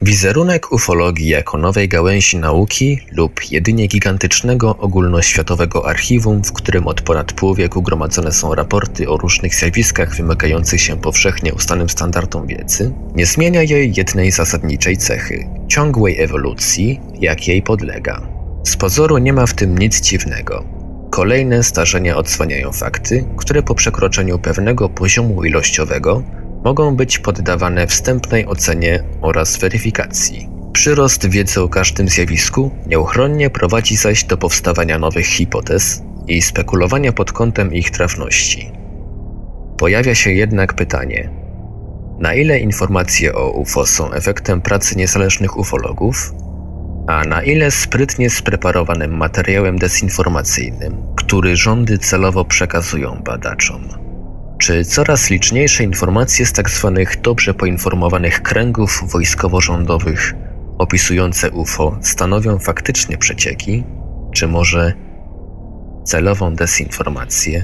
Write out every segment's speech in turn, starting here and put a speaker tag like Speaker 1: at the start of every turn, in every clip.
Speaker 1: Wizerunek ufologii jako nowej gałęzi nauki lub jedynie gigantycznego ogólnoświatowego archiwum, w którym od ponad pół wieku gromadzone są raporty o różnych zjawiskach wymagających się powszechnie ustanym standardom wiedzy, nie zmienia jej jednej zasadniczej cechy – ciągłej ewolucji, jak jej podlega. Z pozoru nie ma w tym nic dziwnego. Kolejne zdarzenia odsłaniają fakty, które po przekroczeniu pewnego poziomu ilościowego mogą być poddawane wstępnej ocenie oraz weryfikacji. Przyrost wiedzy o każdym zjawisku nieuchronnie prowadzi zaś do powstawania nowych hipotez i spekulowania pod kątem ich trafności. Pojawia się jednak pytanie, na ile informacje o UFO są efektem pracy niezależnych ufologów, a na ile sprytnie spreparowanym materiałem dezinformacyjnym, który rządy celowo przekazują badaczom. Czy coraz liczniejsze informacje z tzw. dobrze poinformowanych kręgów wojskowo-rządowych opisujące UFO stanowią faktycznie przecieki, czy może celową dezinformację?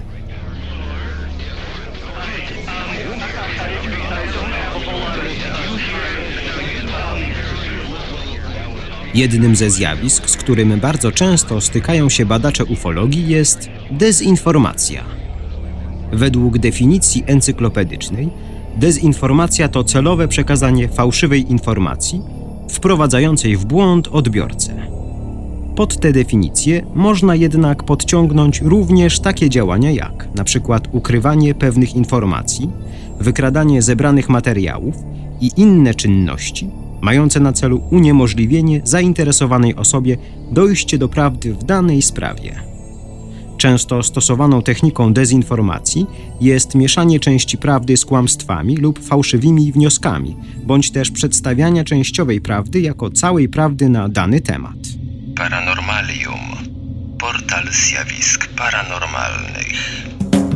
Speaker 2: Jednym ze zjawisk, z którym bardzo często stykają się badacze ufologii, jest dezinformacja. Według definicji encyklopedycznej, dezinformacja to celowe przekazanie fałszywej informacji wprowadzającej w błąd odbiorcę. Pod tę definicję można jednak podciągnąć również takie działania jak np. ukrywanie pewnych informacji, wykradanie zebranych materiałów i inne czynności mające na celu uniemożliwienie zainteresowanej osobie dojście do prawdy w danej sprawie. Często stosowaną techniką dezinformacji jest mieszanie części prawdy z kłamstwami lub fałszywymi wnioskami, bądź też przedstawiania częściowej prawdy jako całej prawdy na dany temat.
Speaker 1: Paranormalium. Portal zjawisk paranormalnych.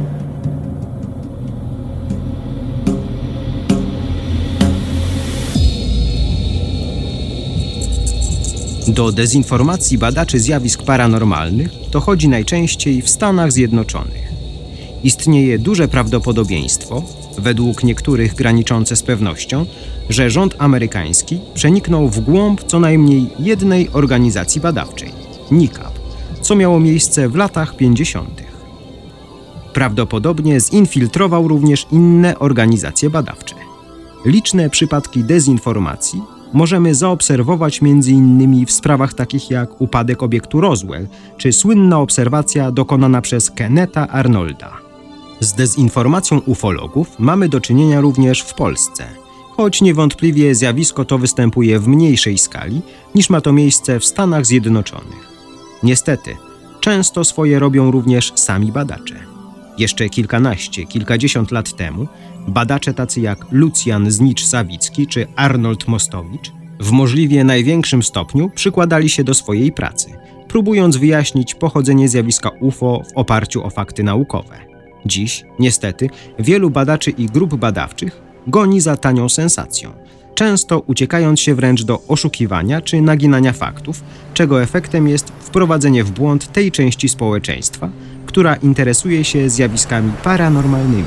Speaker 2: Do dezinformacji badaczy zjawisk paranormalnych dochodzi najczęściej w Stanach Zjednoczonych. Istnieje duże prawdopodobieństwo, według niektórych graniczące z pewnością, że rząd amerykański przeniknął w głąb co najmniej jednej organizacji badawczej – NICAP, co miało miejsce w latach 50. Prawdopodobnie zinfiltrował również inne organizacje badawcze. Liczne przypadki dezinformacji możemy zaobserwować m.in. w sprawach takich jak upadek obiektu Roswell czy słynna obserwacja dokonana przez Kennetha Arnolda. Z dezinformacją ufologów mamy do czynienia również w Polsce, choć niewątpliwie zjawisko to występuje w mniejszej skali niż ma to miejsce w Stanach Zjednoczonych. Niestety, często swoje robią również sami badacze. Jeszcze kilkadziesiąt lat temu badacze tacy jak Lucjan Znicz-Sawicki czy Arnold Mostowicz w możliwie największym stopniu przykładali się do swojej pracy, próbując wyjaśnić pochodzenie zjawiska UFO w oparciu o fakty naukowe. Dziś, niestety, wielu badaczy i grup badawczych goni za tanią sensacją, często uciekając się wręcz do oszukiwania czy naginania faktów, czego efektem jest wprowadzenie w błąd tej części społeczeństwa, która interesuje się zjawiskami paranormalnymi.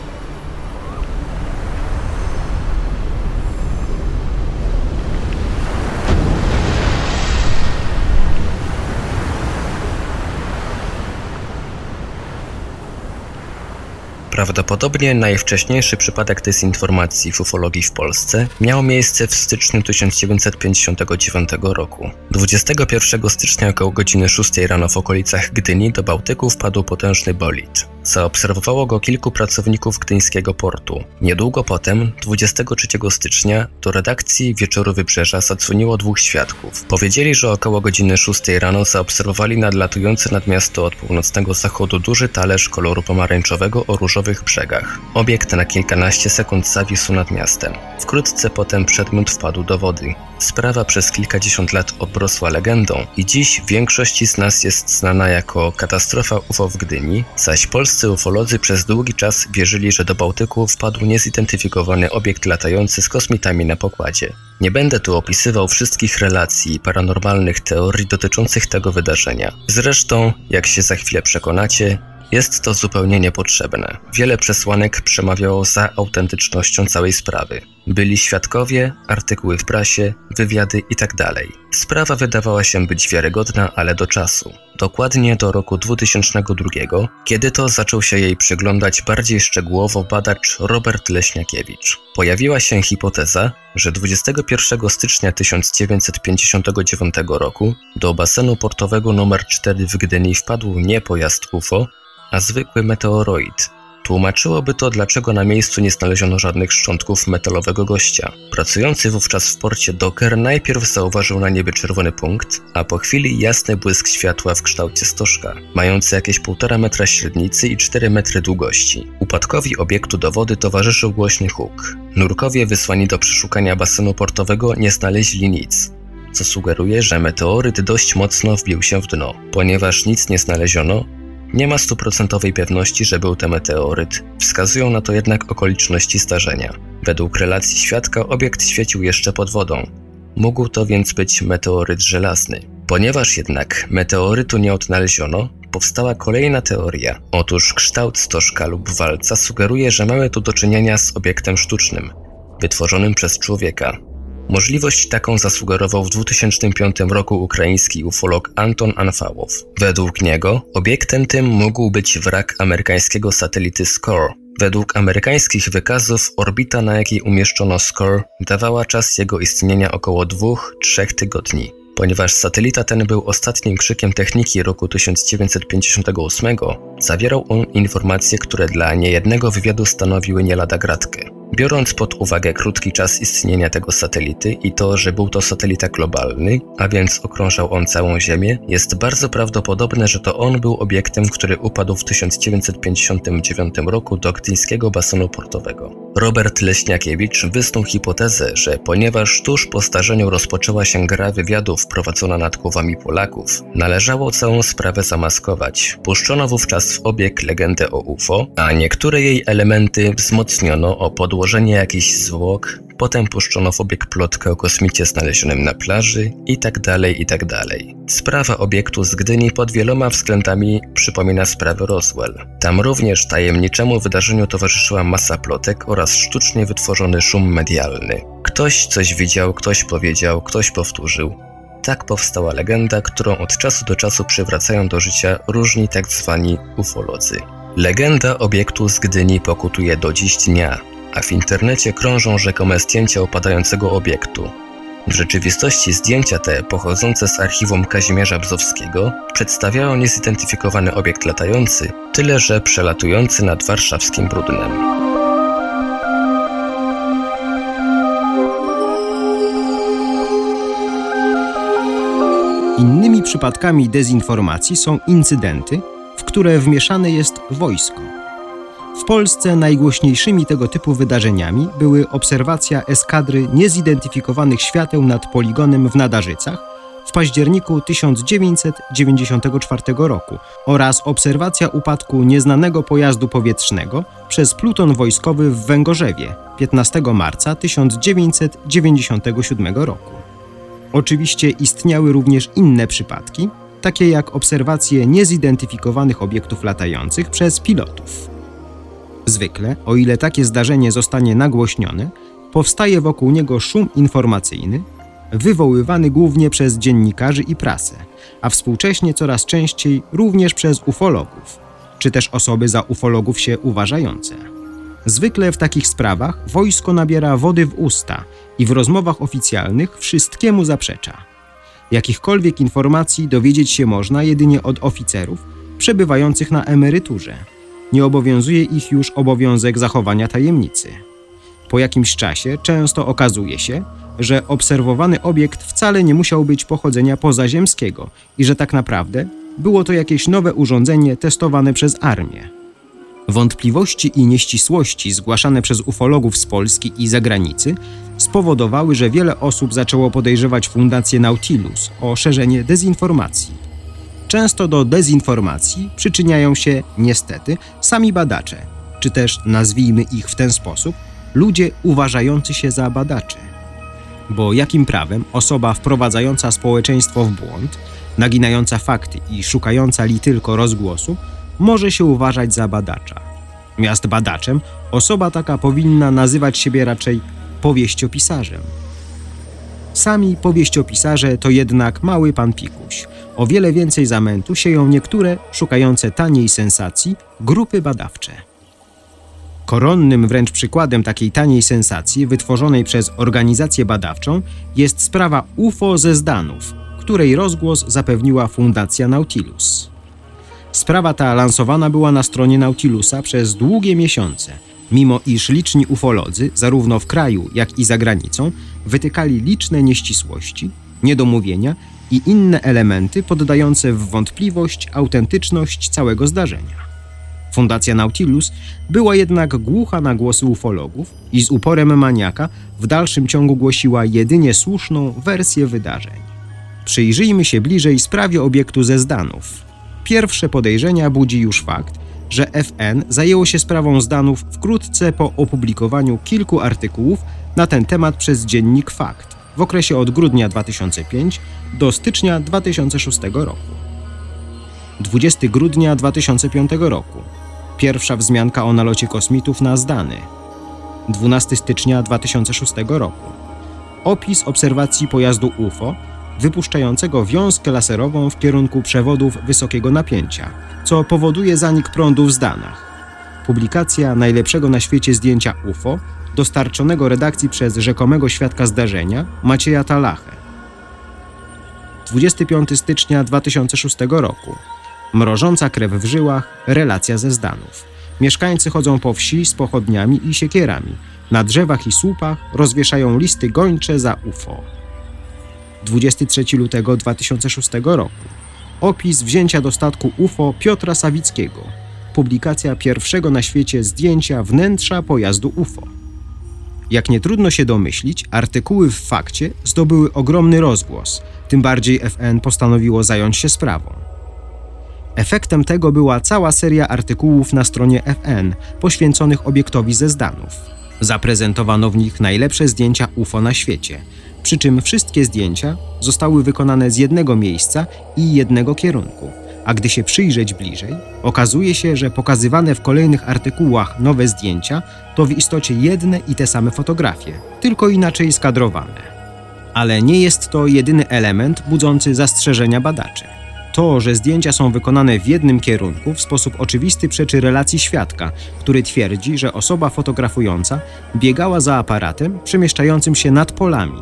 Speaker 1: Prawdopodobnie najwcześniejszy przypadek dezinformacji w ufologii w Polsce miał miejsce w styczniu 1959 roku. 21 stycznia około godziny 6 rano w okolicach Gdyni do Bałtyku wpadł potężny bolid. Zaobserwowało go kilku pracowników gdyńskiego portu. Niedługo potem, 23 stycznia, do redakcji Wieczoru Wybrzeża zadzwoniło dwóch świadków. Powiedzieli, że około godziny 6 rano zaobserwowali nadlatujący nad miasto od północnego zachodu duży talerz koloru pomarańczowego o różowych brzegach. Obiekt na kilkanaście sekund zawisł nad miastem. Wkrótce potem przedmiot wpadł do wody. Sprawa przez kilkadziesiąt lat obrosła legendą i dziś większości z nas jest znana jako katastrofa UFO w Gdyni, zaś polscy ufolodzy przez długi czas wierzyli, że do Bałtyku wpadł niezidentyfikowany obiekt latający z kosmitami na pokładzie. Nie będę tu opisywał wszystkich relacji i paranormalnych teorii dotyczących tego wydarzenia. Zresztą, jak się za chwilę przekonacie, Jest to zupełnie niepotrzebne. Wiele przesłanek przemawiało za autentycznością całej sprawy. Byli świadkowie, artykuły w prasie, wywiady itd. Sprawa wydawała się być wiarygodna, ale do czasu. Dokładnie do roku 2002, kiedy to zaczął się jej przyglądać bardziej szczegółowo badacz Robert Leśniakiewicz. Pojawiła się hipoteza, że 21 stycznia 1959 roku do basenu portowego nr 4 w Gdyni wpadł nie pojazd UFO, a zwykły meteoroid. Tłumaczyłoby to, dlaczego na miejscu nie znaleziono żadnych szczątków metalowego gościa. Pracujący wówczas w porcie Docker najpierw zauważył na niebie czerwony punkt, a po chwili jasny błysk światła w kształcie stożka, mający jakieś 1,5 metra średnicy i 4 metry długości. Upadkowi obiektu do wody towarzyszył głośny huk. Nurkowie wysłani do przeszukania basenu portowego nie znaleźli nic, co sugeruje, że meteoryt dość mocno wbił się w dno. Ponieważ nic nie znaleziono, nie ma 100% pewności, że był to meteoryt. Wskazują na to jednak okoliczności zdarzenia. Według relacji świadka obiekt świecił jeszcze pod wodą. Mógł to więc być meteoryt żelazny. Ponieważ jednak meteorytu nie odnaleziono, powstała kolejna teoria. Otóż kształt stożka lub walca sugeruje, że mamy tu do czynienia z obiektem sztucznym, wytworzonym przez człowieka. Możliwość taką zasugerował w 2005 roku ukraiński ufolog Anton Anfałow. Według niego obiektem tym mógł być wrak amerykańskiego satelity SCORE. Według amerykańskich wykazów orbita, na jakiej umieszczono SCORE, dawała czas jego istnienia około 2-3 tygodni. Ponieważ satelita ten był ostatnim krzykiem techniki roku 1958, zawierał on informacje, które dla niejednego wywiadu stanowiły nie lada gratkę. Biorąc pod uwagę krótki czas istnienia tego satelity i to, że był to satelita globalny, a więc okrążał on całą Ziemię, jest bardzo prawdopodobne, że to on był obiektem, który upadł w 1959 roku do gdyńskiego basenu portowego. Robert Leśniakiewicz wysnuł hipotezę, że ponieważ tuż po zdarzeniu rozpoczęła się gra wywiadów prowadzona nad głowami Polaków, należało całą sprawę zamaskować. Puszczono wówczas w obieg legendę o UFO, a niektóre jej elementy wzmocniono o podłożenie jakichś zwłok, potem puszczono w obieg plotkę o kosmicie znalezionym na plaży itd. Sprawa obiektu z Gdyni pod wieloma względami przypomina sprawę Roswell. Tam również tajemniczemu wydarzeniu towarzyszyła masa plotek oraz sztucznie wytworzony szum medialny. Ktoś coś widział, ktoś powiedział, ktoś powtórzył. Tak powstała legenda, którą od czasu do czasu przywracają do życia różni tak zwani ufolodzy. Legenda obiektu z Gdyni pokutuje do dziś dnia, a w internecie krążą rzekome zdjęcia opadającego obiektu. W rzeczywistości zdjęcia te, pochodzące z archiwum Kazimierza Bzowskiego, przedstawiają niezidentyfikowany obiekt latający, tyle że przelatujący nad warszawskim Brudnem.
Speaker 2: Innymi przypadkami dezinformacji są incydenty, w które wmieszane jest wojsko. W Polsce najgłośniejszymi tego typu wydarzeniami były obserwacja eskadry niezidentyfikowanych świateł nad poligonem w Nadarzycach w październiku 1994 roku oraz obserwacja upadku nieznanego pojazdu powietrznego przez pluton wojskowy w Węgorzewie 15 marca 1997 roku. Oczywiście istniały również inne przypadki, takie jak obserwacje niezidentyfikowanych obiektów latających przez pilotów. Zwykle, o ile takie zdarzenie zostanie nagłośnione, powstaje wokół niego szum informacyjny, wywoływany głównie przez dziennikarzy i prasę, a współcześnie coraz częściej również przez ufologów, czy też osoby za ufologów się uważające. Zwykle w takich sprawach wojsko nabiera wody w usta i w rozmowach oficjalnych wszystkiemu zaprzecza. Jakichkolwiek informacji dowiedzieć się można jedynie od oficerów przebywających na emeryturze. Nie obowiązuje ich już obowiązek zachowania tajemnicy. Po jakimś czasie często okazuje się, że obserwowany obiekt wcale nie musiał być pochodzenia pozaziemskiego i że tak naprawdę było to jakieś nowe urządzenie testowane przez armię. Wątpliwości i nieścisłości zgłaszane przez ufologów z Polski i zagranicy spowodowały, że wiele osób zaczęło podejrzewać Fundację Nautilus o szerzenie dezinformacji. Często do dezinformacji przyczyniają się, niestety, sami badacze, czy też, nazwijmy ich w ten sposób, ludzie uważający się za badaczy. Bo jakim prawem osoba wprowadzająca społeczeństwo w błąd, naginająca fakty i szukająca li tylko rozgłosu, może się uważać za badacza. Miast badaczem, osoba taka powinna nazywać siebie raczej powieściopisarzem. Sami powieściopisarze to jednak mały pan pikuś. O wiele więcej zamętu sieją niektóre, szukające taniej sensacji, grupy badawcze. Koronnym wręcz przykładem takiej taniej sensacji wytworzonej przez organizację badawczą jest sprawa UFO ze Zdanów, której rozgłos zapewniła Fundacja Nautilus. Sprawa ta lansowana była na stronie Nautilusa przez długie miesiące, mimo iż liczni ufolodzy, zarówno w kraju, jak i za granicą, wytykali liczne nieścisłości, niedomówienia i inne elementy poddające w wątpliwość autentyczność całego zdarzenia. Fundacja Nautilus była jednak głucha na głosy ufologów i z uporem maniaka w dalszym ciągu głosiła jedynie słuszną wersję wydarzeń. Przyjrzyjmy się bliżej sprawie obiektu ze Zdanów. Pierwsze podejrzenia budzi już fakt, że FN zajęło się sprawą Zdanów wkrótce po opublikowaniu kilku artykułów na ten temat przez dziennik Fakt w okresie od grudnia 2005 do stycznia 2006 roku. 20 grudnia 2005 roku. Pierwsza wzmianka o nalocie kosmitów na Zdany. 12 stycznia 2006 roku. Opis obserwacji pojazdu UFO wypuszczającego wiązkę laserową w kierunku przewodów wysokiego napięcia, co powoduje zanik prądu w Zdanach. Publikacja najlepszego na świecie zdjęcia UFO dostarczonego redakcji przez rzekomego świadka zdarzenia Macieja Talachę. 25 stycznia 2006 roku. Mrożąca krew w żyłach, relacja ze Zdanów. Mieszkańcy chodzą po wsi z pochodniami i siekierami. Na drzewach i słupach rozwieszają listy gończe za UFO. 23 lutego 2006 roku. Opis wzięcia do statku UFO Piotra Sawickiego. Publikacja pierwszego na świecie zdjęcia wnętrza pojazdu UFO. Jak nie trudno się domyślić, artykuły w Fakcie zdobyły ogromny rozgłos, tym bardziej FN postanowiło zająć się sprawą. Efektem tego była cała seria artykułów na stronie FN poświęconych obiektowi ze Zdanów. Zaprezentowano w nich najlepsze zdjęcia UFO na świecie, przy czym wszystkie zdjęcia zostały wykonane z jednego miejsca i jednego kierunku, a gdy się przyjrzeć bliżej, okazuje się, że pokazywane w kolejnych artykułach nowe zdjęcia to w istocie jedne i te same fotografie, tylko inaczej skadrowane. Ale nie jest to jedyny element budzący zastrzeżenia badaczy. To, że zdjęcia są wykonane w jednym kierunku, w sposób oczywisty przeczy relacji świadka, który twierdzi, że osoba fotografująca biegała za aparatem przemieszczającym się nad polami.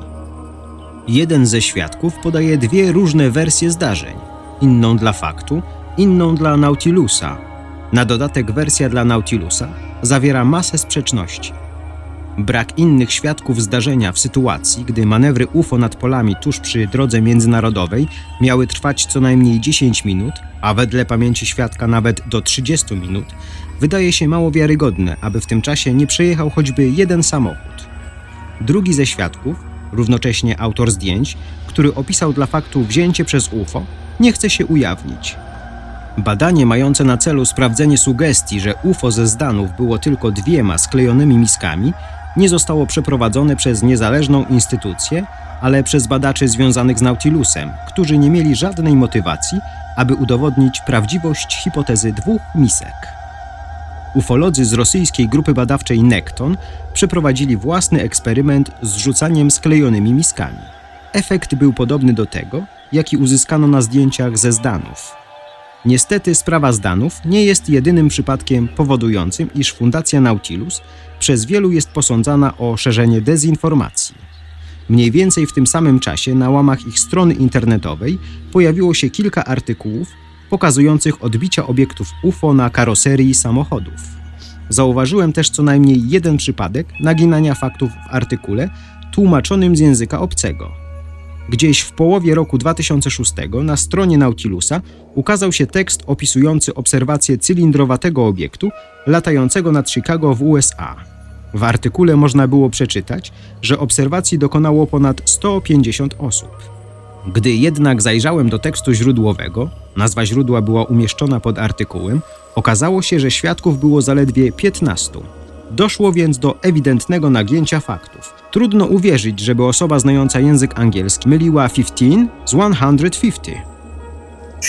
Speaker 2: Jeden ze świadków podaje dwie różne wersje zdarzeń, inną dla Faktu, inną dla Nautilusa. Na dodatek wersja dla Nautilusa zawiera masę sprzeczności. Brak innych świadków zdarzenia w sytuacji, gdy manewry UFO nad polami tuż przy drodze międzynarodowej miały trwać co najmniej 10 minut, a wedle pamięci świadka nawet do 30 minut, wydaje się mało wiarygodne, aby w tym czasie nie przejechał choćby jeden samochód. Drugi ze świadków, równocześnie autor zdjęć, który opisał dla Faktu wzięcie przez UFO, nie chce się ujawnić. Badanie mające na celu sprawdzenie sugestii, że UFO ze Zdanów było tylko dwiema sklejonymi miskami, nie zostało przeprowadzone przez niezależną instytucję, ale przez badaczy związanych z Nautilusem, którzy nie mieli żadnej motywacji, aby udowodnić prawdziwość hipotezy dwóch misek. Ufolodzy z rosyjskiej grupy badawczej Nekton przeprowadzili własny eksperyment z rzucaniem sklejonymi miskami. Efekt był podobny do tego, jaki uzyskano na zdjęciach ze Zdanów. Niestety sprawa Zdanów nie jest jedynym przypadkiem powodującym, iż Fundacja Nautilus przez wielu jest posądzana o szerzenie dezinformacji. Mniej więcej w tym samym czasie na łamach ich strony internetowej pojawiło się kilka artykułów pokazujących odbicia obiektów UFO na karoserii samochodów. Zauważyłem też co najmniej jeden przypadek naginania faktów w artykule tłumaczonym z języka obcego. Gdzieś w połowie roku 2006 na stronie Nautilusa ukazał się tekst opisujący obserwację cylindrowatego obiektu latającego nad Chicago w USA. W artykule można było przeczytać, że obserwacji dokonało ponad 150 osób. Gdy jednak zajrzałem do tekstu źródłowego, nazwa źródła była umieszczona pod artykułem, okazało się, że świadków było zaledwie 15. Doszło więc do ewidentnego nagięcia faktów. Trudno uwierzyć, żeby osoba znająca język angielski myliła 15 z 150.
Speaker 1: W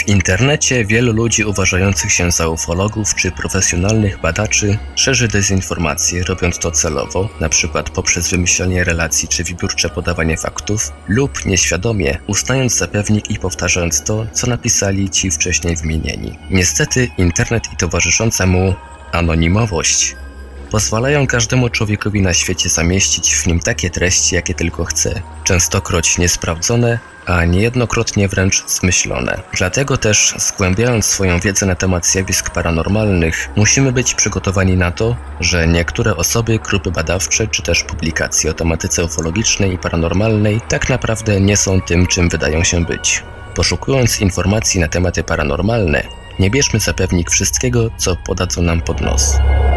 Speaker 1: W internecie wielu ludzi uważających się za ufologów czy profesjonalnych badaczy szerzy dezinformację, robiąc to celowo, np. poprzez wymyślenie relacji czy wybiórcze podawanie faktów, lub nieświadomie uznając za pewnik i powtarzając to, co napisali ci wcześniej wymienieni. Niestety internet i towarzysząca mu anonimowość pozwalają każdemu człowiekowi na świecie zamieścić w nim takie treści, jakie tylko chce, częstokroć niesprawdzone, a niejednokrotnie wręcz zmyślone. Dlatego też, zgłębiając swoją wiedzę na temat zjawisk paranormalnych, musimy być przygotowani na to, że niektóre osoby, grupy badawcze czy też publikacje o tematyce ufologicznej i paranormalnej tak naprawdę nie są tym, czym wydają się być. Poszukując informacji na tematy paranormalne, nie bierzmy za pewnik wszystkiego, co podadzą nam pod nos.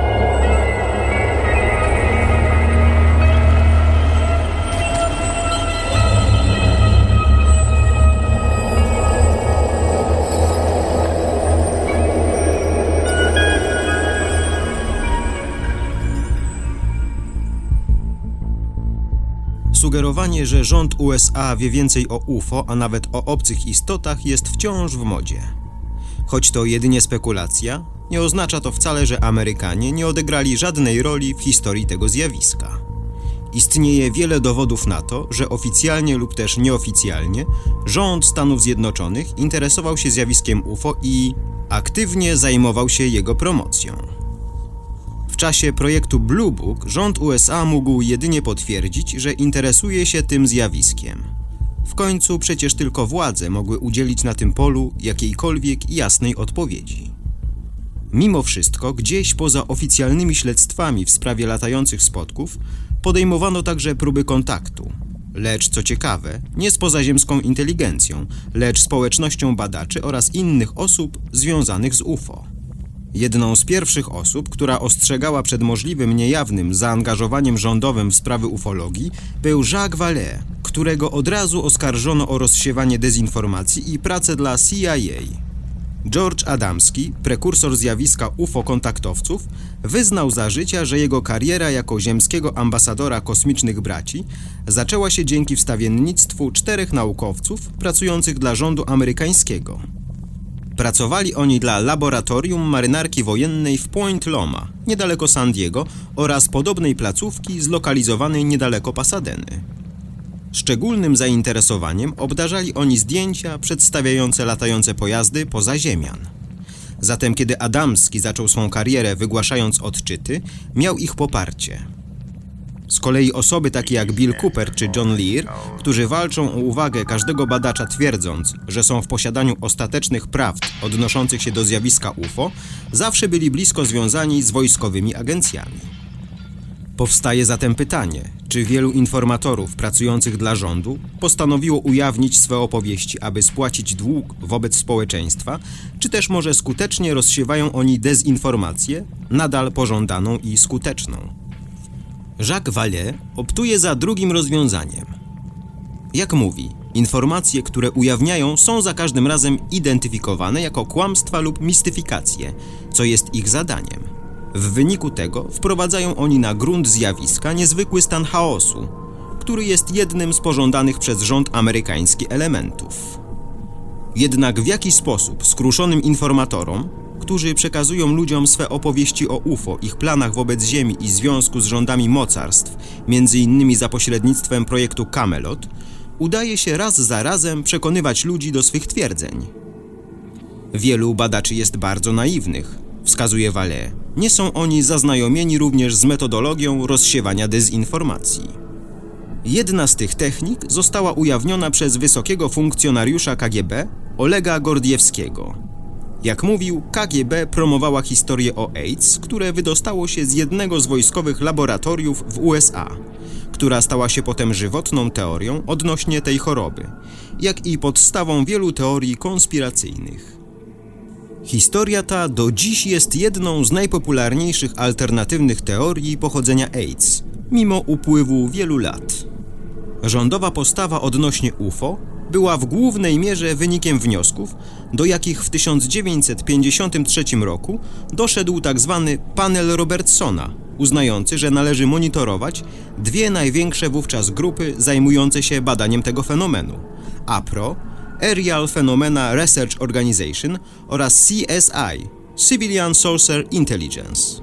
Speaker 2: Sugerowanie, że rząd USA wie więcej o UFO, a nawet o obcych istotach, jest wciąż w modzie. Choć to jedynie spekulacja, nie oznacza to wcale, że Amerykanie nie odegrali żadnej roli w historii tego zjawiska. Istnieje wiele dowodów na to, że oficjalnie lub też nieoficjalnie rząd Stanów Zjednoczonych interesował się zjawiskiem UFO i aktywnie zajmował się jego promocją. W czasie projektu Blue Book rząd USA mógł jedynie potwierdzić, że interesuje się tym zjawiskiem. W końcu przecież tylko władze mogły udzielić na tym polu jakiejkolwiek jasnej odpowiedzi. Mimo wszystko, gdzieś poza oficjalnymi śledztwami w sprawie latających spotków, podejmowano także próby kontaktu. Lecz co ciekawe, nie z pozaziemską inteligencją, lecz społecznością badaczy oraz innych osób związanych z UFO. Jedną z pierwszych osób, która ostrzegała przed możliwym niejawnym zaangażowaniem rządowym w sprawy ufologii, był Jacques Vallée, którego od razu oskarżono o rozsiewanie dezinformacji i pracę dla CIA. George Adamski, prekursor zjawiska UFO-kontaktowców, wyznał za życia, że jego kariera jako ziemskiego ambasadora kosmicznych braci zaczęła się dzięki wstawiennictwu 4 naukowców pracujących dla rządu amerykańskiego. Pracowali oni dla laboratorium marynarki wojennej w Point Loma, niedaleko San Diego, oraz podobnej placówki zlokalizowanej niedaleko Pasadeny. Szczególnym zainteresowaniem obdarzali oni zdjęcia przedstawiające latające pojazdy poza Ziemian. Zatem kiedy Adamski zaczął swą karierę wygłaszając odczyty, miał ich poparcie. Z kolei osoby takie jak Bill Cooper czy John Lear, którzy walczą o uwagę każdego badacza twierdząc, że są w posiadaniu ostatecznych prawd odnoszących się do zjawiska UFO, zawsze byli blisko związani z wojskowymi agencjami. Powstaje zatem pytanie, czy wielu informatorów pracujących dla rządu postanowiło ujawnić swe opowieści, aby spłacić dług wobec społeczeństwa, czy też może skutecznie rozsiewają oni dezinformację, nadal pożądaną i skuteczną. Jacques Vallée optuje za drugim rozwiązaniem. Jak mówi, informacje, które ujawniają, są za każdym razem identyfikowane jako kłamstwa lub mistyfikacje, co jest ich zadaniem. W wyniku tego wprowadzają oni na grunt zjawiska niezwykły stan chaosu, który jest jednym z pożądanych przez rząd amerykański elementów. Jednak w jaki sposób skruszonym informatorom, którzy przekazują ludziom swe opowieści o UFO, ich planach wobec Ziemi i związku z rządami mocarstw, m.in. za pośrednictwem projektu Camelot, udaje się raz za razem przekonywać ludzi do swych twierdzeń. Wielu badaczy jest bardzo naiwnych, wskazuje Vallée. Nie są oni zaznajomieni również z metodologią rozsiewania dezinformacji. Jedna z tych technik została ujawniona przez wysokiego funkcjonariusza KGB Olega Gordiewskiego. Jak mówił, KGB promowała historię o AIDS, które wydostało się z jednego z wojskowych laboratoriów w USA, która stała się potem żywotną teorią odnośnie tej choroby, jak i podstawą wielu teorii konspiracyjnych. Historia ta do dziś jest jedną z najpopularniejszych alternatywnych teorii pochodzenia AIDS, mimo upływu wielu lat. Rządowa postawa odnośnie UFO była w głównej mierze wynikiem wniosków, do jakich w 1953 roku doszedł tzw. panel Robertsona, uznający, że należy monitorować dwie największe wówczas grupy zajmujące się badaniem tego fenomenu: APRO Aerial Phenomena Research Organization oraz CSI, Civilian Saucer Intelligence.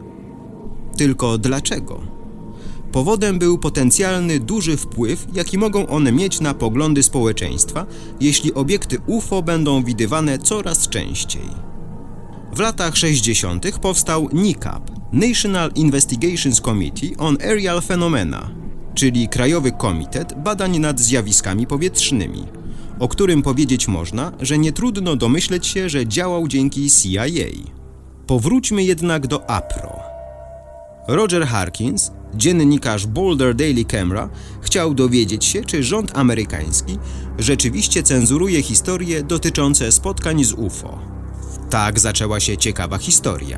Speaker 2: Tylko dlaczego? Powodem był potencjalny duży wpływ, jaki mogą one mieć na poglądy społeczeństwa, jeśli obiekty UFO będą widywane coraz częściej. W latach 60. powstał NICAP, National Investigations Committee on Aerial Phenomena, czyli Krajowy Komitet Badań nad Zjawiskami Powietrznymi, o którym powiedzieć można, że nie trudno domyśleć się, że działał dzięki CIA. Powróćmy jednak do APRO. Roger Harkins, dziennikarz Boulder Daily Camera, chciał dowiedzieć się, czy rząd amerykański rzeczywiście cenzuruje historie dotyczące spotkań z UFO. Tak zaczęła się ciekawa historia.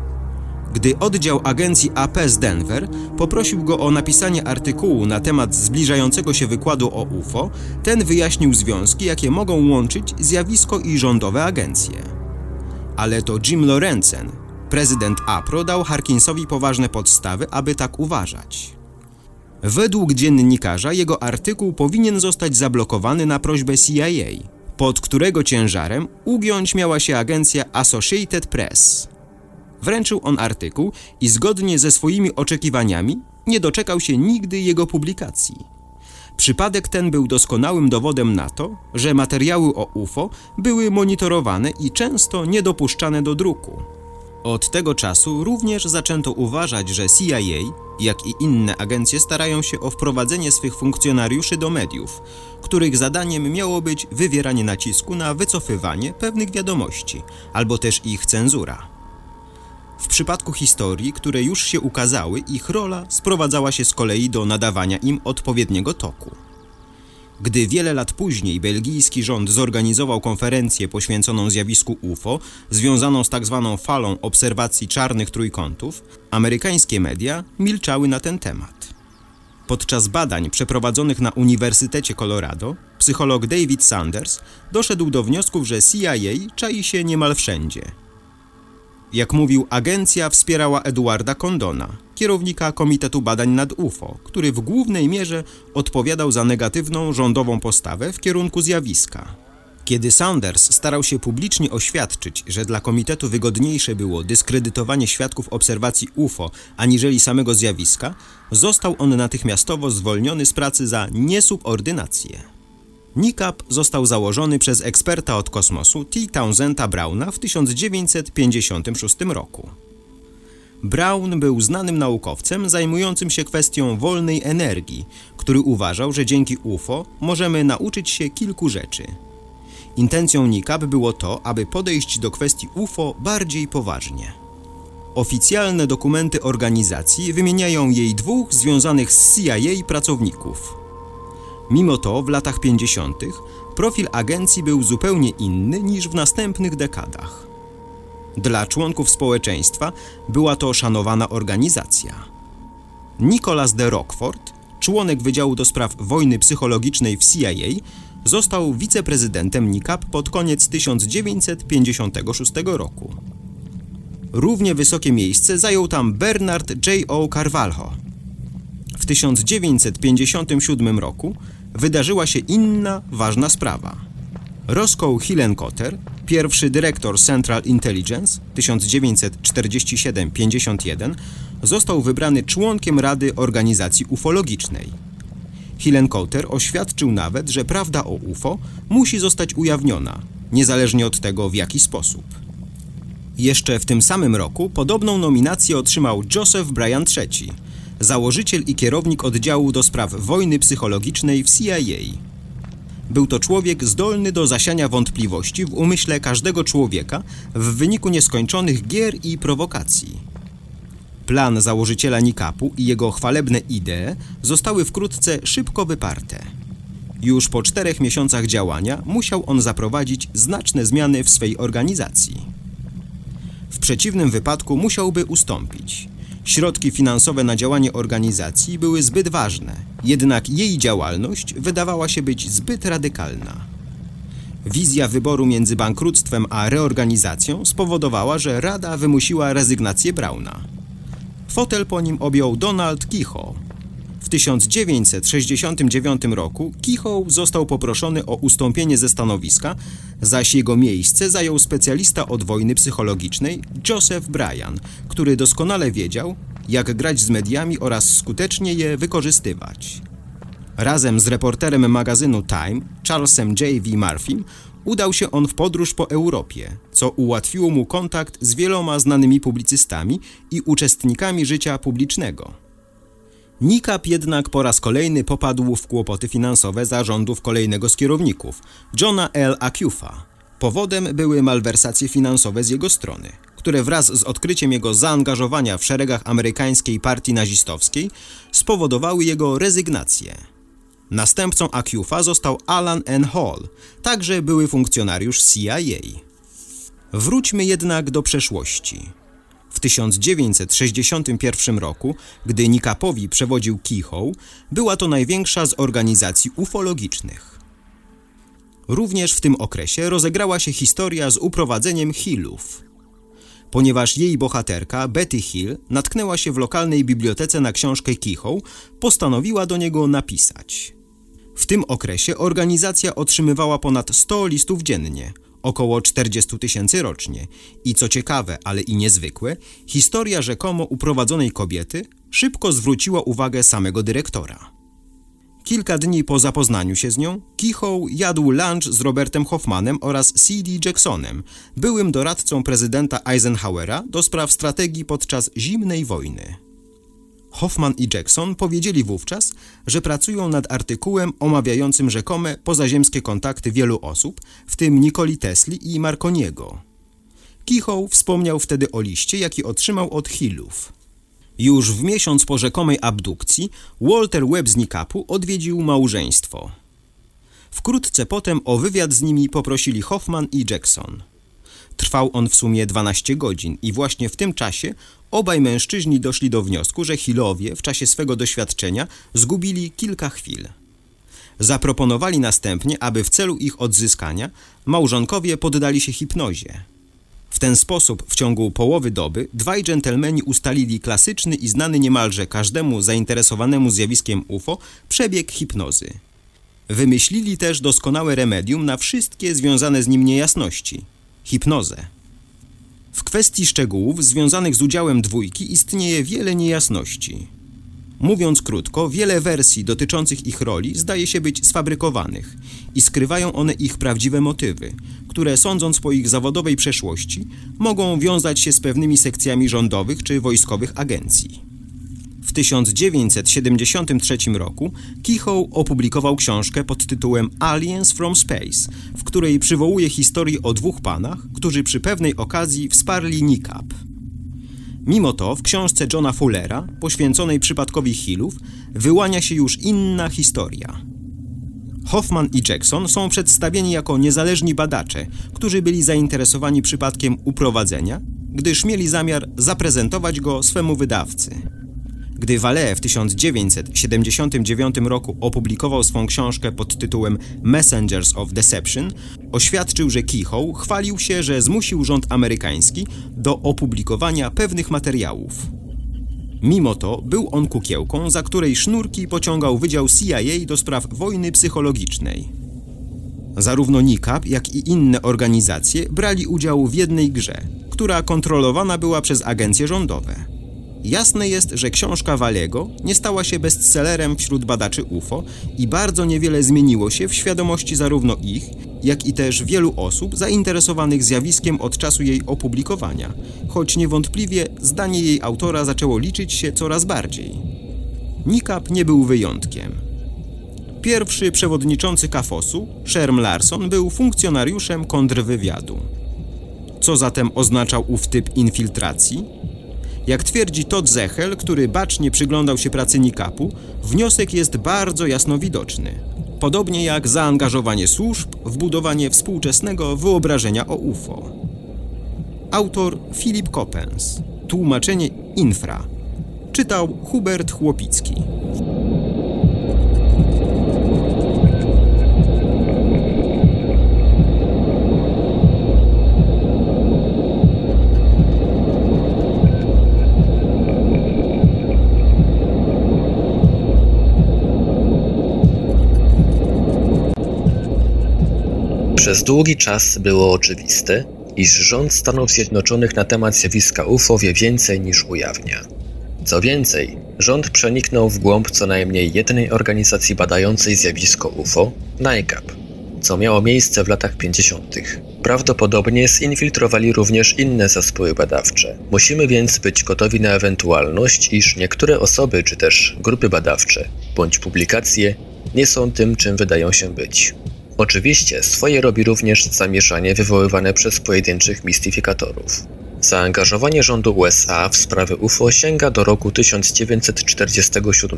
Speaker 2: Gdy oddział agencji AP z Denver poprosił go o napisanie artykułu na temat zbliżającego się wykładu o UFO, ten wyjaśnił związki, jakie mogą łączyć zjawisko i rządowe agencje. Ale to Jim Lorenzen, prezydent APRO, dał Harkinsowi poważne podstawy, aby tak uważać. Według dziennikarza jego artykuł powinien zostać zablokowany na prośbę CIA, pod którego ciężarem ugiąć miała się agencja Associated Press. Wręczył on artykuł i zgodnie ze swoimi oczekiwaniami nie doczekał się nigdy jego publikacji. Przypadek ten był doskonałym dowodem na to, że materiały o UFO były monitorowane i często niedopuszczane do druku. Od tego czasu również zaczęto uważać, że CIA, jak i inne agencje, starają się o wprowadzenie swych funkcjonariuszy do mediów, których zadaniem miało być wywieranie nacisku na wycofywanie pewnych wiadomości, albo też ich cenzura. W przypadku historii, które już się ukazały, ich rola sprowadzała się z kolei do nadawania im odpowiedniego toku. Gdy wiele lat później belgijski rząd zorganizował konferencję poświęconą zjawisku UFO, związaną z tzw. falą obserwacji czarnych trójkątów, amerykańskie media milczały na ten temat. Podczas badań przeprowadzonych na Uniwersytecie Colorado, psycholog David Sanders doszedł do wniosków, że CIA czai się niemal wszędzie. Jak mówił, agencja wspierała Edwarda Condona, kierownika Komitetu Badań nad UFO, który w głównej mierze odpowiadał za negatywną rządową postawę w kierunku zjawiska. Kiedy Sanders starał się publicznie oświadczyć, że dla komitetu wygodniejsze było dyskredytowanie świadków obserwacji UFO aniżeli samego zjawiska, został on natychmiastowo zwolniony z pracy za niesubordynację. NICAP został założony przez eksperta od kosmosu T. Townsenda Browna w 1956 roku. Brown był znanym naukowcem zajmującym się kwestią wolnej energii, który uważał, że dzięki UFO możemy nauczyć się kilku rzeczy. Intencją NICAP było to, aby podejść do kwestii UFO bardziej poważnie. Oficjalne dokumenty organizacji wymieniają jej dwóch związanych z CIA pracowników. Mimo to w latach 50. profil agencji był zupełnie inny niż w następnych dekadach. Dla członków społeczeństwa była to szanowana organizacja. Nicholas de Rockford, członek Wydziału do Spraw Wojny Psychologicznej w CIA, został wiceprezydentem NICAP pod koniec 1956 roku. Równie wysokie miejsce zajął tam Bernard J. O. Carvalho. W 1957 roku wydarzyła się inna ważna sprawa. Roscoe Hillenkotter, pierwszy dyrektor Central Intelligence 1947-51, został wybrany członkiem Rady Organizacji Ufologicznej. Hillenkotter oświadczył nawet, że prawda o UFO musi zostać ujawniona, niezależnie od tego, w jaki sposób. Jeszcze w tym samym roku podobną nominację otrzymał Joseph Bryant III, założyciel i kierownik oddziału do spraw wojny psychologicznej w CIA. Był to człowiek zdolny do zasiania wątpliwości w umyśle każdego człowieka w wyniku nieskończonych gier i prowokacji. Plan założyciela NICAP-u i jego chwalebne idee zostały wkrótce szybko wyparte. Już po 4 miesiącach działania musiał on zaprowadzić znaczne zmiany w swej organizacji. W przeciwnym wypadku musiałby ustąpić. Środki finansowe na działanie organizacji były zbyt ważne, jednak jej działalność wydawała się być zbyt radykalna. Wizja wyboru między bankructwem a reorganizacją spowodowała, że Rada wymusiła rezygnację Browna. Fotel po nim objął Donald Keyhoe. W W 1969 roku Keyhoe został poproszony o ustąpienie ze stanowiska, zaś jego miejsce zajął specjalista od wojny psychologicznej Joseph Bryan, który doskonale wiedział, jak grać z mediami oraz skutecznie je wykorzystywać. Razem z reporterem magazynu Time, Charlesem J. V. Murphym, udał się on w podróż po Europie, co ułatwiło mu kontakt z wieloma znanymi publicystami i uczestnikami życia publicznego. NICAP jednak po raz kolejny popadł w kłopoty finansowe zarządów kolejnego z kierowników, Johna L. Acuffa. Powodem były malwersacje finansowe z jego strony, które wraz z odkryciem jego zaangażowania w szeregach amerykańskiej partii nazistowskiej spowodowały jego rezygnację. Następcą Acuffa został Alan N. Hall, także były funkcjonariusz CIA. Wróćmy jednak do przeszłości. W 1961 roku, gdy NICAP-owi przewodził Keyhoe, była to największa z organizacji ufologicznych. Również w tym okresie rozegrała się historia z uprowadzeniem Hillów. Ponieważ jej bohaterka, Betty Hill, natknęła się w lokalnej bibliotece na książkę Keyhoe, postanowiła do niego napisać. W tym okresie organizacja otrzymywała ponad 100 listów dziennie, około 40 000 rocznie i co ciekawe, ale i niezwykłe, historia rzekomo uprowadzonej kobiety szybko zwróciła uwagę samego dyrektora. Kilka dni po zapoznaniu się z nią, Keyhoe jadł lunch z Robertem Hoffmanem oraz C.D. Jacksonem, byłym doradcą prezydenta Eisenhowera do spraw strategii podczas zimnej wojny. Hoffman i Jackson powiedzieli wówczas, że pracują nad artykułem omawiającym rzekome pozaziemskie kontakty wielu osób, w tym Nikoli Tesli i Marconiego. Keyhoe wspomniał wtedy o liście, jaki otrzymał od Hillów. Już w miesiąc po rzekomej abdukcji Walter Webb z NICAP-u odwiedził małżeństwo. Wkrótce potem o wywiad z nimi poprosili Hoffman i Jackson. Trwał on w sumie 12 godzin i właśnie w tym czasie obaj mężczyźni doszli do wniosku, że Hillowie w czasie swego doświadczenia zgubili kilka chwil. Zaproponowali następnie, aby w celu ich odzyskania małżonkowie poddali się hipnozie. W ten sposób w ciągu połowy doby dwaj dżentelmeni ustalili klasyczny i znany niemalże każdemu zainteresowanemu zjawiskiem UFO przebieg hipnozy. Wymyślili też doskonałe remedium na wszystkie związane z nim niejasności – hipnozę. W kwestii szczegółów związanych z udziałem dwójki istnieje wiele niejasności. Mówiąc krótko, wiele wersji dotyczących ich roli zdaje się być sfabrykowanych i skrywają one ich prawdziwe motywy, które sądząc po ich zawodowej przeszłości mogą wiązać się z pewnymi sekcjami rządowych czy wojskowych agencji. W 1973 roku Keyhoe opublikował książkę pod tytułem Aliens from Space, w której przywołuje historię o dwóch panach, którzy przy pewnej okazji wsparli NICAP. Mimo to w książce Johna Fullera, poświęconej przypadkowi Hillów, wyłania się już inna historia. Hoffman i Jackson są przedstawieni jako niezależni badacze, którzy byli zainteresowani przypadkiem uprowadzenia, gdyż mieli zamiar zaprezentować go swemu wydawcy. Gdy Vallée w 1979 roku opublikował swą książkę pod tytułem Messengers of Deception, oświadczył, że Keyhoe chwalił się, że zmusił rząd amerykański do opublikowania pewnych materiałów. Mimo to był on kukiełką, za której sznurki pociągał Wydział CIA do spraw wojny psychologicznej. Zarówno NICAP, jak i inne organizacje brali udział w jednej grze, która kontrolowana była przez agencje rządowe. Jasne jest, że książka Valleego nie stała się bestsellerem wśród badaczy UFO i bardzo niewiele zmieniło się w świadomości zarówno ich, jak i też wielu osób zainteresowanych zjawiskiem od czasu jej opublikowania, choć niewątpliwie zdanie jej autora zaczęło liczyć się coraz bardziej. NICAP nie był wyjątkiem. Pierwszy przewodniczący KAFOS-u, Sherm Larson, był funkcjonariuszem kontrwywiadu. Co zatem oznaczał ów typ infiltracji? Jak twierdzi Todd Zechel, który bacznie przyglądał się pracy NICAP-u, wniosek jest bardzo jasno widoczny. Podobnie jak zaangażowanie służb w budowanie współczesnego wyobrażenia o UFO. Autor Philip Coppens. Tłumaczenie Infra. Czytał Hubert Chłopicki.
Speaker 1: Przez długi czas było oczywiste, iż rząd Stanów Zjednoczonych na temat zjawiska UFO wie więcej niż ujawnia. Co więcej, rząd przeniknął w głąb co najmniej jednej organizacji badającej zjawisko UFO, NICAP, co miało miejsce w latach 50. Prawdopodobnie zinfiltrowali również inne zespoły badawcze. Musimy więc być gotowi na ewentualność, iż niektóre osoby czy też grupy badawcze bądź publikacje nie są tym, czym wydają się być. Oczywiście swoje robi również zamieszanie wywoływane przez pojedynczych mistyfikatorów. Zaangażowanie rządu USA w sprawy UFO sięga do roku 1947.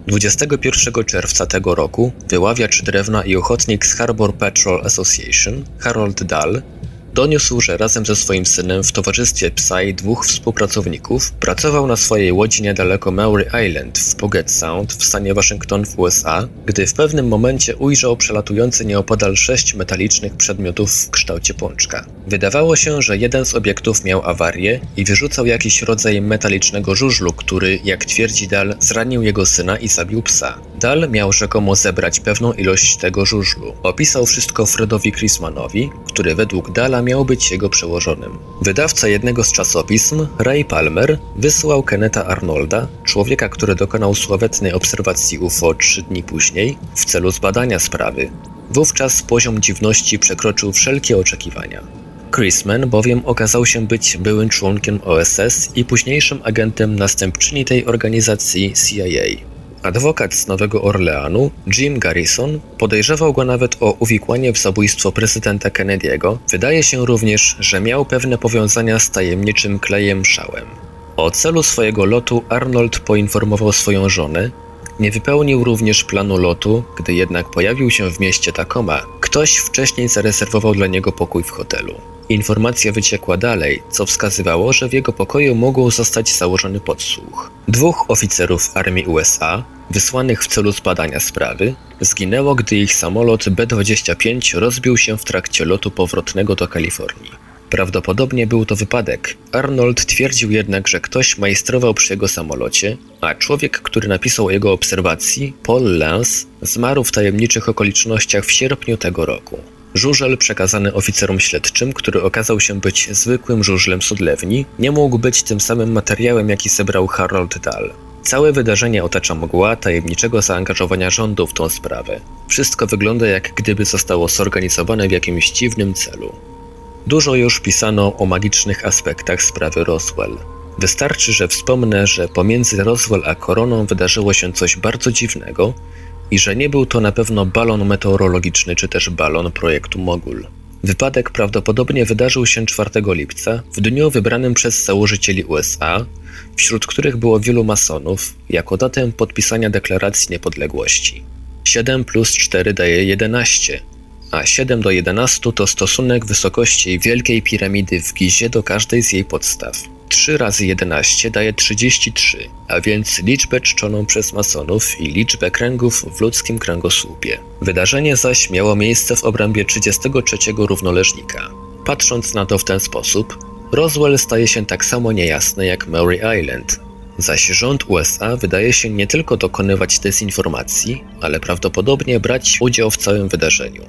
Speaker 1: 21 czerwca tego roku wyławiacz drewna i ochotnik z Harbor Patrol Association, Harold Dahl, doniósł, że razem ze swoim synem w towarzystwie psa i 2 współpracowników pracował na swojej łodzi niedaleko Maury Island w Puget Sound w stanie Waszyngton w USA, gdy w pewnym momencie ujrzał przelatujący nieopodal 6 metalicznych przedmiotów w kształcie pączka. Wydawało się, że jeden z obiektów miał awarię i wyrzucał jakiś rodzaj metalicznego żużlu, który, jak twierdzi Dahl, zranił jego syna i zabił psa. Dahl miał rzekomo zebrać pewną ilość tego żużlu. Opisał wszystko Fredowi Chrismanowi, który według Dahla miał być jego przełożonym. Wydawca jednego z czasopism, Ray Palmer, wysłał Kennetha Arnolda, człowieka, który dokonał sławetnej obserwacji UFO 3 dni później, w celu zbadania sprawy. Wówczas poziom dziwności przekroczył wszelkie oczekiwania. Chrisman bowiem okazał się być byłym członkiem OSS i późniejszym agentem następczyni tej organizacji CIA. Adwokat z Nowego Orleanu, Jim Garrison, podejrzewał go nawet o uwikłanie w zabójstwo prezydenta Kennedy'ego. Wydaje się również, że miał pewne powiązania z tajemniczym Clayem Shawem. O celu swojego lotu Arnold poinformował swoją żonę. Nie wypełnił również planu lotu, gdy jednak pojawił się w mieście Tacoma. Ktoś wcześniej zarezerwował dla niego pokój w hotelu. Informacja wyciekła dalej, co wskazywało, że w jego pokoju mógł zostać założony podsłuch. 2 oficerów armii USA, wysłanych w celu zbadania sprawy, zginęło, gdy ich samolot B-25 rozbił się w trakcie lotu powrotnego do Kalifornii. Prawdopodobnie był to wypadek. Arnold twierdził jednak, że ktoś majstrował przy jego samolocie, a człowiek, który napisał o jego obserwacji, Paul Lance, zmarł w tajemniczych okolicznościach w sierpniu tego roku. Żużel przekazany oficerom śledczym, który okazał się być zwykłym żużlem z odlewni, nie mógł być tym samym materiałem, jaki zebrał Harold Dahl. Całe wydarzenie otacza mgła tajemniczego zaangażowania rządu w tą sprawę. Wszystko wygląda, jak gdyby zostało zorganizowane w jakimś dziwnym celu. Dużo już pisano o magicznych aspektach sprawy Roswell. Wystarczy, że wspomnę, że pomiędzy Roswell a koroną wydarzyło się coś bardzo dziwnego i że nie był to na pewno balon meteorologiczny czy też balon projektu Mogul. Wypadek prawdopodobnie wydarzył się 4 lipca, w dniu wybranym przez założycieli USA, wśród których było wielu masonów, jako datę podpisania deklaracji niepodległości. 7 plus 4 daje 11, a 7 do 11 to stosunek wysokości Wielkiej Piramidy w Gizie do każdej z jej podstaw. 3 razy 11 daje 33, a więc liczbę czczoną przez masonów i liczbę kręgów w ludzkim kręgosłupie. Wydarzenie zaś miało miejsce w obrębie 33 równoleżnika. Patrząc na to w ten sposób, Roswell staje się tak samo niejasny jak Maury Island, zaś rząd USA wydaje się nie tylko dokonywać dezinformacji, ale prawdopodobnie brać udział w całym wydarzeniu.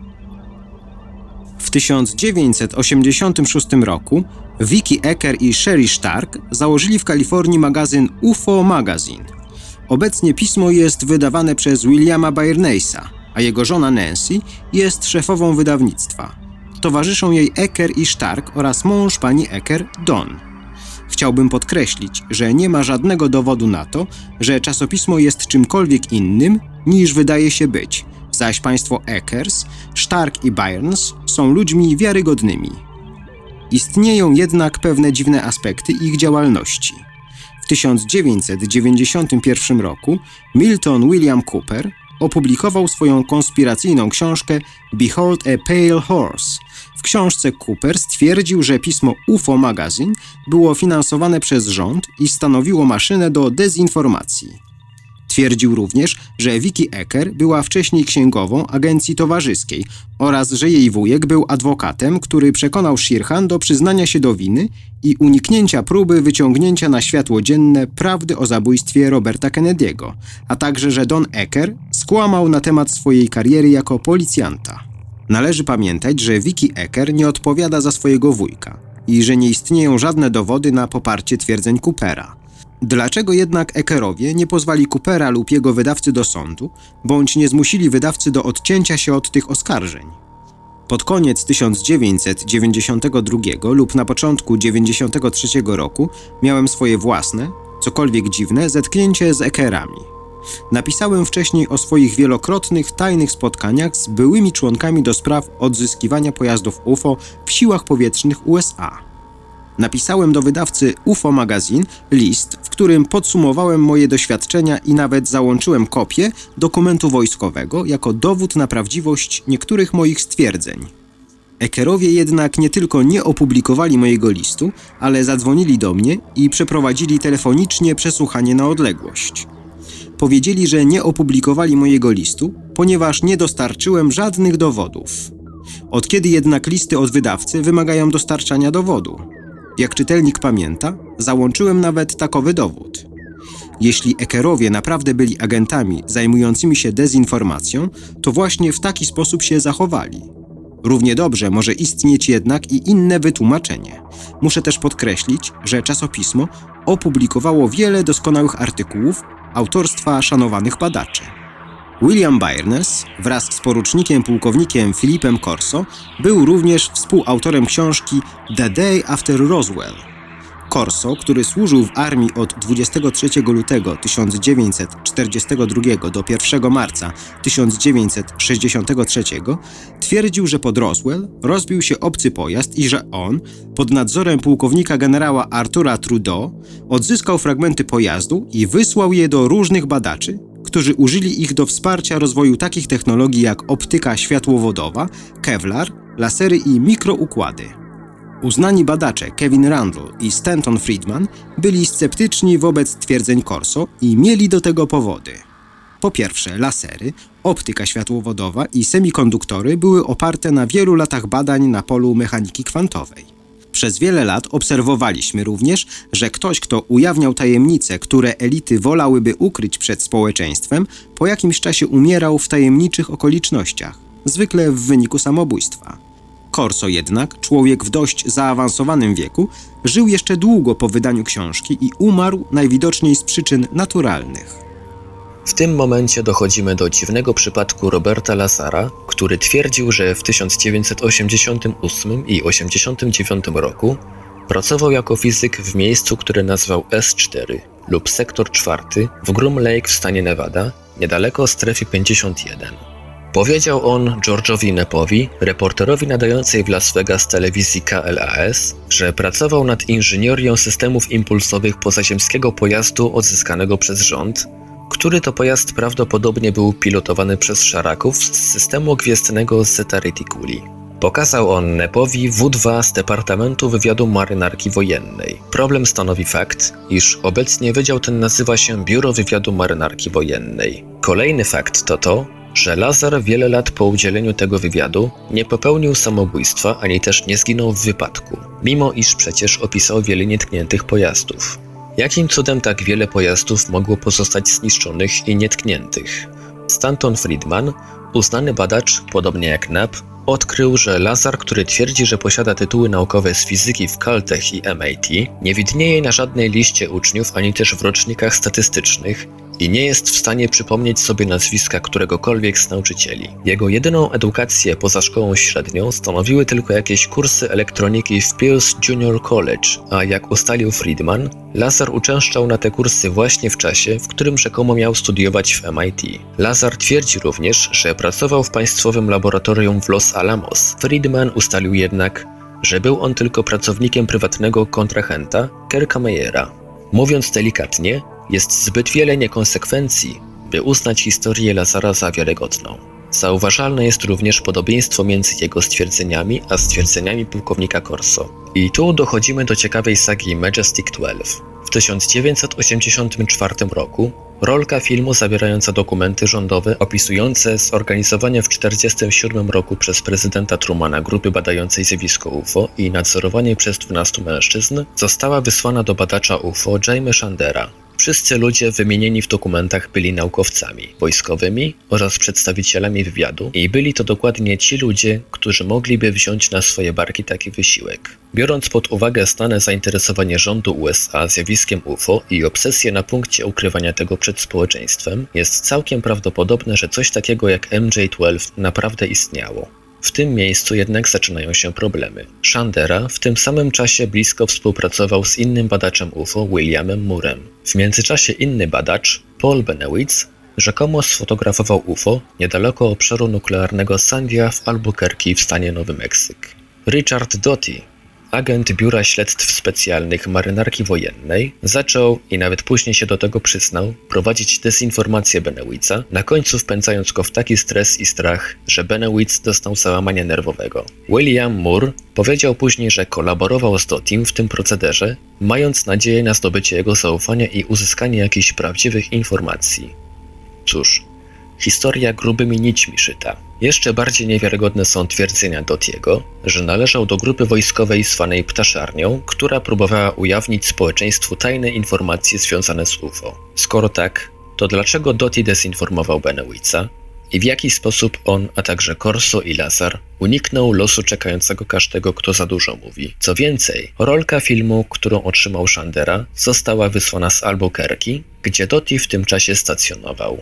Speaker 2: W 1986 roku Vicky Ecker i Sherry Stark założyli w Kalifornii magazyn UFO Magazine. Obecnie pismo jest wydawane przez Williama Byrnesa, a jego żona Nancy jest szefową wydawnictwa. Towarzyszą jej Ecker i Stark oraz mąż pani Ecker, Don. Chciałbym podkreślić, że nie ma żadnego dowodu na to, że czasopismo jest czymkolwiek innym, niż wydaje się być, zaś państwo Eckers, Stark i Byrnes są ludźmi wiarygodnymi. Istnieją jednak pewne dziwne aspekty ich działalności. W 1991 roku Milton William Cooper opublikował swoją konspiracyjną książkę Behold a Pale Horse. W książce Cooper stwierdził, że pismo UFO Magazine było finansowane przez rząd i stanowiło maszynę do dezinformacji. Twierdził również, że Vicky Ecker była wcześniej księgową agencji towarzyskiej oraz że jej wujek był adwokatem, który przekonał Sheerhan do przyznania się do winy i uniknięcia próby wyciągnięcia na światło dzienne prawdy o zabójstwie Roberta Kennedy'ego, a także że Don Ecker skłamał na temat swojej kariery jako policjanta. Należy pamiętać, że Vicky Ecker nie odpowiada za swojego wujka i że nie istnieją żadne dowody na poparcie twierdzeń Coopera. Dlaczego jednak Eckerowie nie pozwali Coopera lub jego wydawcy do sądu, bądź nie zmusili wydawcy do odcięcia się od tych oskarżeń? Pod koniec 1992 lub na początku 1993 roku miałem swoje własne, cokolwiek dziwne, zetknięcie z Eckerami. Napisałem wcześniej o swoich wielokrotnych, tajnych spotkaniach z byłymi członkami do spraw odzyskiwania pojazdów UFO w siłach powietrznych USA. Napisałem do wydawcy UFO Magazine list, w którym podsumowałem moje doświadczenia i nawet załączyłem kopię dokumentu wojskowego jako dowód na prawdziwość niektórych moich stwierdzeń. Eckerowie jednak nie tylko nie opublikowali mojego listu, ale zadzwonili do mnie i przeprowadzili telefonicznie przesłuchanie na odległość. Powiedzieli, że nie opublikowali mojego listu, ponieważ nie dostarczyłem żadnych dowodów. Od kiedy jednak listy od wydawcy wymagają dostarczania dowodu? Jak czytelnik pamięta, załączyłem nawet takowy dowód. Jeśli Eckerowie naprawdę byli agentami zajmującymi się dezinformacją, to właśnie w taki sposób się zachowali. Równie dobrze może istnieć jednak i inne wytłumaczenie. Muszę też podkreślić, że czasopismo opublikowało wiele doskonałych artykułów autorstwa szanowanych badaczy. William Byrnes wraz z porucznikiem pułkownikiem Philipem Corso był również współautorem książki The Day After Roswell. Corso, który służył w armii od 23 lutego 1942 do 1 marca 1963, twierdził, że pod Roswell rozbił się obcy pojazd i że on, pod nadzorem pułkownika generała Artura Trudeau, odzyskał fragmenty pojazdu i wysłał je do różnych badaczy, którzy użyli ich do wsparcia rozwoju takich technologii jak optyka światłowodowa, Kevlar, lasery i mikroukłady. Uznani badacze Kevin Randle i Stanton Friedman byli sceptyczni wobec twierdzeń Corso i mieli do tego powody. Po pierwsze, lasery, optyka światłowodowa i semikonduktory były oparte na wielu latach badań na polu mechaniki kwantowej. Przez wiele lat obserwowaliśmy również, że ktoś, kto ujawniał tajemnice, które elity wolałyby ukryć przed społeczeństwem, po jakimś czasie umierał w tajemniczych okolicznościach, zwykle w wyniku samobójstwa. Corso jednak, człowiek w dość zaawansowanym wieku, żył jeszcze długo po wydaniu książki i umarł najwidoczniej z przyczyn naturalnych.
Speaker 1: W tym momencie dochodzimy do dziwnego przypadku Roberta Lazara, który twierdził, że w 1988 i 1989 roku pracował jako fizyk w miejscu, które nazwał S4 lub Sektor 4 w Groom Lake w stanie Nevada, niedaleko strefy 51. Powiedział on George'owi Knappowi, reporterowi nadającej w Las Vegas telewizji KLAS, że pracował nad inżynierią systemów impulsowych pozaziemskiego pojazdu odzyskanego przez rząd, który to pojazd prawdopodobnie był pilotowany przez szaraków z systemu gwiezdnego Zeta Reticuli. Pokazał on Knappowi W2 z Departamentu Wywiadu Marynarki Wojennej. Problem stanowi fakt, iż obecnie wydział ten nazywa się Biuro Wywiadu Marynarki Wojennej. Kolejny fakt to to, że Lazar wiele lat po udzieleniu tego wywiadu nie popełnił samobójstwa ani też nie zginął w wypadku, mimo iż przecież opisał wiele nietkniętych pojazdów. Jakim cudem tak wiele pojazdów mogło pozostać zniszczonych i nietkniętych? Stanton Friedman, uznany badacz, podobnie jak Knapp, odkrył, że Lazar, który twierdzi, że posiada tytuły naukowe z fizyki w Caltech i MIT, nie widnieje na żadnej liście uczniów ani też w rocznikach statystycznych i nie jest w stanie przypomnieć sobie nazwiska któregokolwiek z nauczycieli. Jego jedyną edukację poza szkołą średnią stanowiły tylko jakieś kursy elektroniki w Pierce Junior College, a jak ustalił Friedman, Lazar uczęszczał na te kursy właśnie w czasie, w którym rzekomo miał studiować w MIT. Lazar twierdzi również, że pracował w państwowym laboratorium w Los Alamos. Friedman ustalił jednak, że był on tylko pracownikiem prywatnego kontrahenta Kirka Meyera. Mówiąc delikatnie, jest zbyt wiele niekonsekwencji, by uznać historię Lazara za wiarygodną. Zauważalne jest również podobieństwo między jego stwierdzeniami a stwierdzeniami pułkownika Corso. I tu dochodzimy do ciekawej sagi Majestic 12. W 1984 roku rolka filmu zawierająca dokumenty rządowe opisujące zorganizowanie w 1947 roku przez prezydenta Trumana grupy badającej zjawisko UFO i nadzorowanie przez 12 mężczyzn została wysłana do badacza UFO Jamie Chandera. W Wszyscy ludzie wymienieni w dokumentach byli naukowcami, wojskowymi oraz przedstawicielami wywiadu i byli to dokładnie ci ludzie, którzy mogliby wziąć na swoje barki taki wysiłek. Biorąc pod uwagę stane zainteresowanie rządu USA zjawiskiem UFO i obsesję na punkcie ukrywania tego przed społeczeństwem, jest całkiem prawdopodobne, że coś takiego jak MJ-12 naprawdę istniało. W tym miejscu jednak zaczynają się problemy. Chandera w tym samym czasie blisko współpracował z innym badaczem UFO, Williamem Moorem. W międzyczasie inny badacz, Paul Bennewitz, rzekomo sfotografował UFO niedaleko obszaru nuklearnego Sandia w Albuquerque w stanie Nowy Meksyk. Richard Doty, agent Biura Śledztw Specjalnych Marynarki Wojennej, zaczął, i nawet później się do tego przyznał, prowadzić dezinformację Bennewitza, na końcu wpędzając go w taki stres i strach, że Bennewitz dostał załamania nerwowego. William Moore powiedział później, że kolaborował z Dotym w tym procederze, mając nadzieję na zdobycie jego zaufania i uzyskanie jakichś prawdziwych informacji. Cóż, historia grubymi nićmi szyta. Jeszcze bardziej niewiarygodne są twierdzenia Dotiego, że należał do grupy wojskowej zwanej Ptaszarnią, która próbowała ujawnić społeczeństwu tajne informacje związane z UFO. Skoro tak, to dlaczego Doty dezinformował Bennewitza i w jaki sposób on, a także Corso i Lazar uniknął losu czekającego każdego, kto za dużo mówi? Co więcej, rolka filmu, którą otrzymał Chandera, została wysłana z Albuquerque, gdzie Doty w tym czasie stacjonował.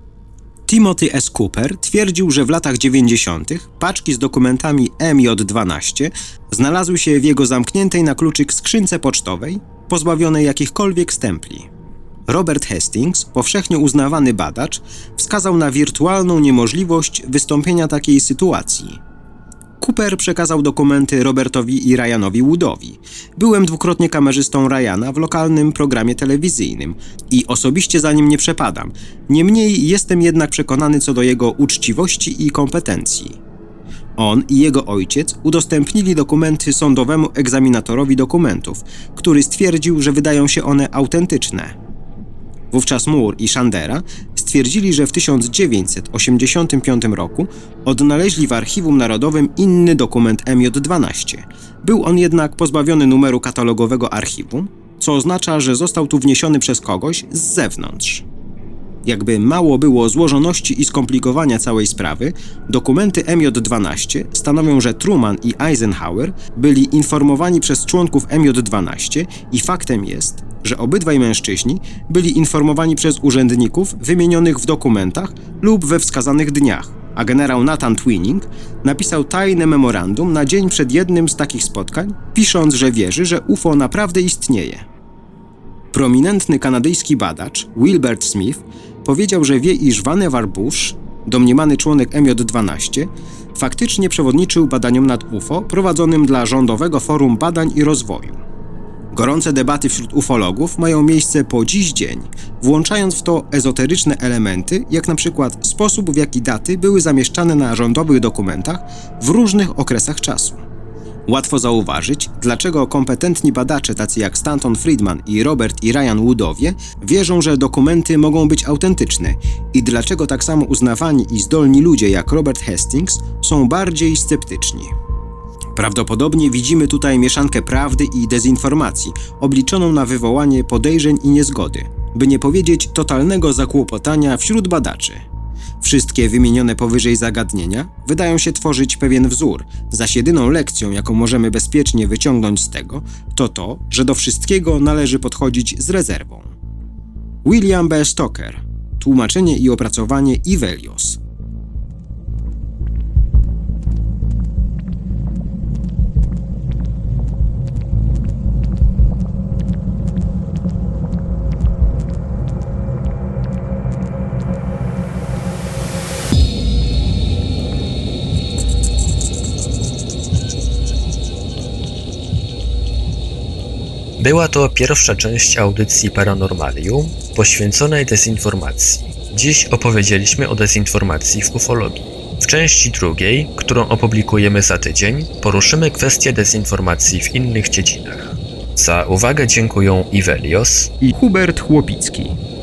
Speaker 2: Timothy S. Cooper twierdził, że w latach 90. paczki z dokumentami MJ-12 znalazły się w jego zamkniętej na kluczyk skrzynce pocztowej, pozbawionej jakichkolwiek stempli. Robert Hastings, powszechnie uznawany badacz, wskazał na wirtualną niemożliwość wystąpienia takiej sytuacji. Cooper przekazał dokumenty Robertowi i Ryanowi Woodowi. Byłem dwukrotnie kamerzystą Ryana w lokalnym programie telewizyjnym i osobiście za nim nie przepadam. Niemniej jestem jednak przekonany co do jego uczciwości i kompetencji. On i jego ojciec udostępnili dokumenty sądowemu egzaminatorowi dokumentów, który stwierdził, że wydają się one autentyczne. Wówczas Moore i Chandera stwierdzili, że w 1985 roku odnaleźli w Archiwum Narodowym inny dokument MJ-12. Był on jednak pozbawiony numeru katalogowego archiwum, co oznacza, że został tu wniesiony przez kogoś z zewnątrz. Jakby mało było złożoności i skomplikowania całej sprawy, dokumenty MJ-12 stanowią, że Truman i Eisenhower byli informowani przez członków MJ-12 i faktem jest, że obydwaj mężczyźni byli informowani przez urzędników wymienionych w dokumentach lub we wskazanych dniach, a generał Nathan Twining napisał tajne memorandum na dzień przed jednym z takich spotkań, pisząc, że wierzy, że UFO naprawdę istnieje. Prominentny kanadyjski badacz Wilbert Smith powiedział, że wie, iż Vannevar Bush, domniemany członek MJ-12, faktycznie przewodniczył badaniom nad UFO prowadzonym dla Rządowego Forum Badań i Rozwoju. Gorące debaty wśród ufologów mają miejsce po dziś dzień, włączając w to ezoteryczne elementy, jak na przykład sposób, w jaki daty były zamieszczane na rządowych dokumentach w różnych okresach czasu. Łatwo zauważyć, dlaczego kompetentni badacze tacy jak Stanton Friedman i Robert i Ryan Woodowie wierzą, że dokumenty mogą być autentyczne i dlaczego tak samo uznawani i zdolni ludzie jak Robert Hastings są bardziej sceptyczni. Prawdopodobnie widzimy tutaj mieszankę prawdy i dezinformacji, obliczoną na wywołanie podejrzeń i niezgody, by nie powiedzieć totalnego zakłopotania wśród badaczy. Wszystkie wymienione powyżej zagadnienia wydają się tworzyć pewien wzór, zaś jedyną lekcją, jaką możemy bezpiecznie wyciągnąć z tego, to, że do wszystkiego należy podchodzić z rezerwą. William B. Stoker. Tłumaczenie i opracowanie Ivelios.
Speaker 1: Była to pierwsza część audycji Paranormalium poświęconej dezinformacji. Dziś opowiedzieliśmy o dezinformacji w ufologii. W części drugiej, którą opublikujemy za tydzień, poruszymy kwestię dezinformacji w innych dziedzinach. Za uwagę dziękują Ivelios
Speaker 2: i Hubert Chłopicki.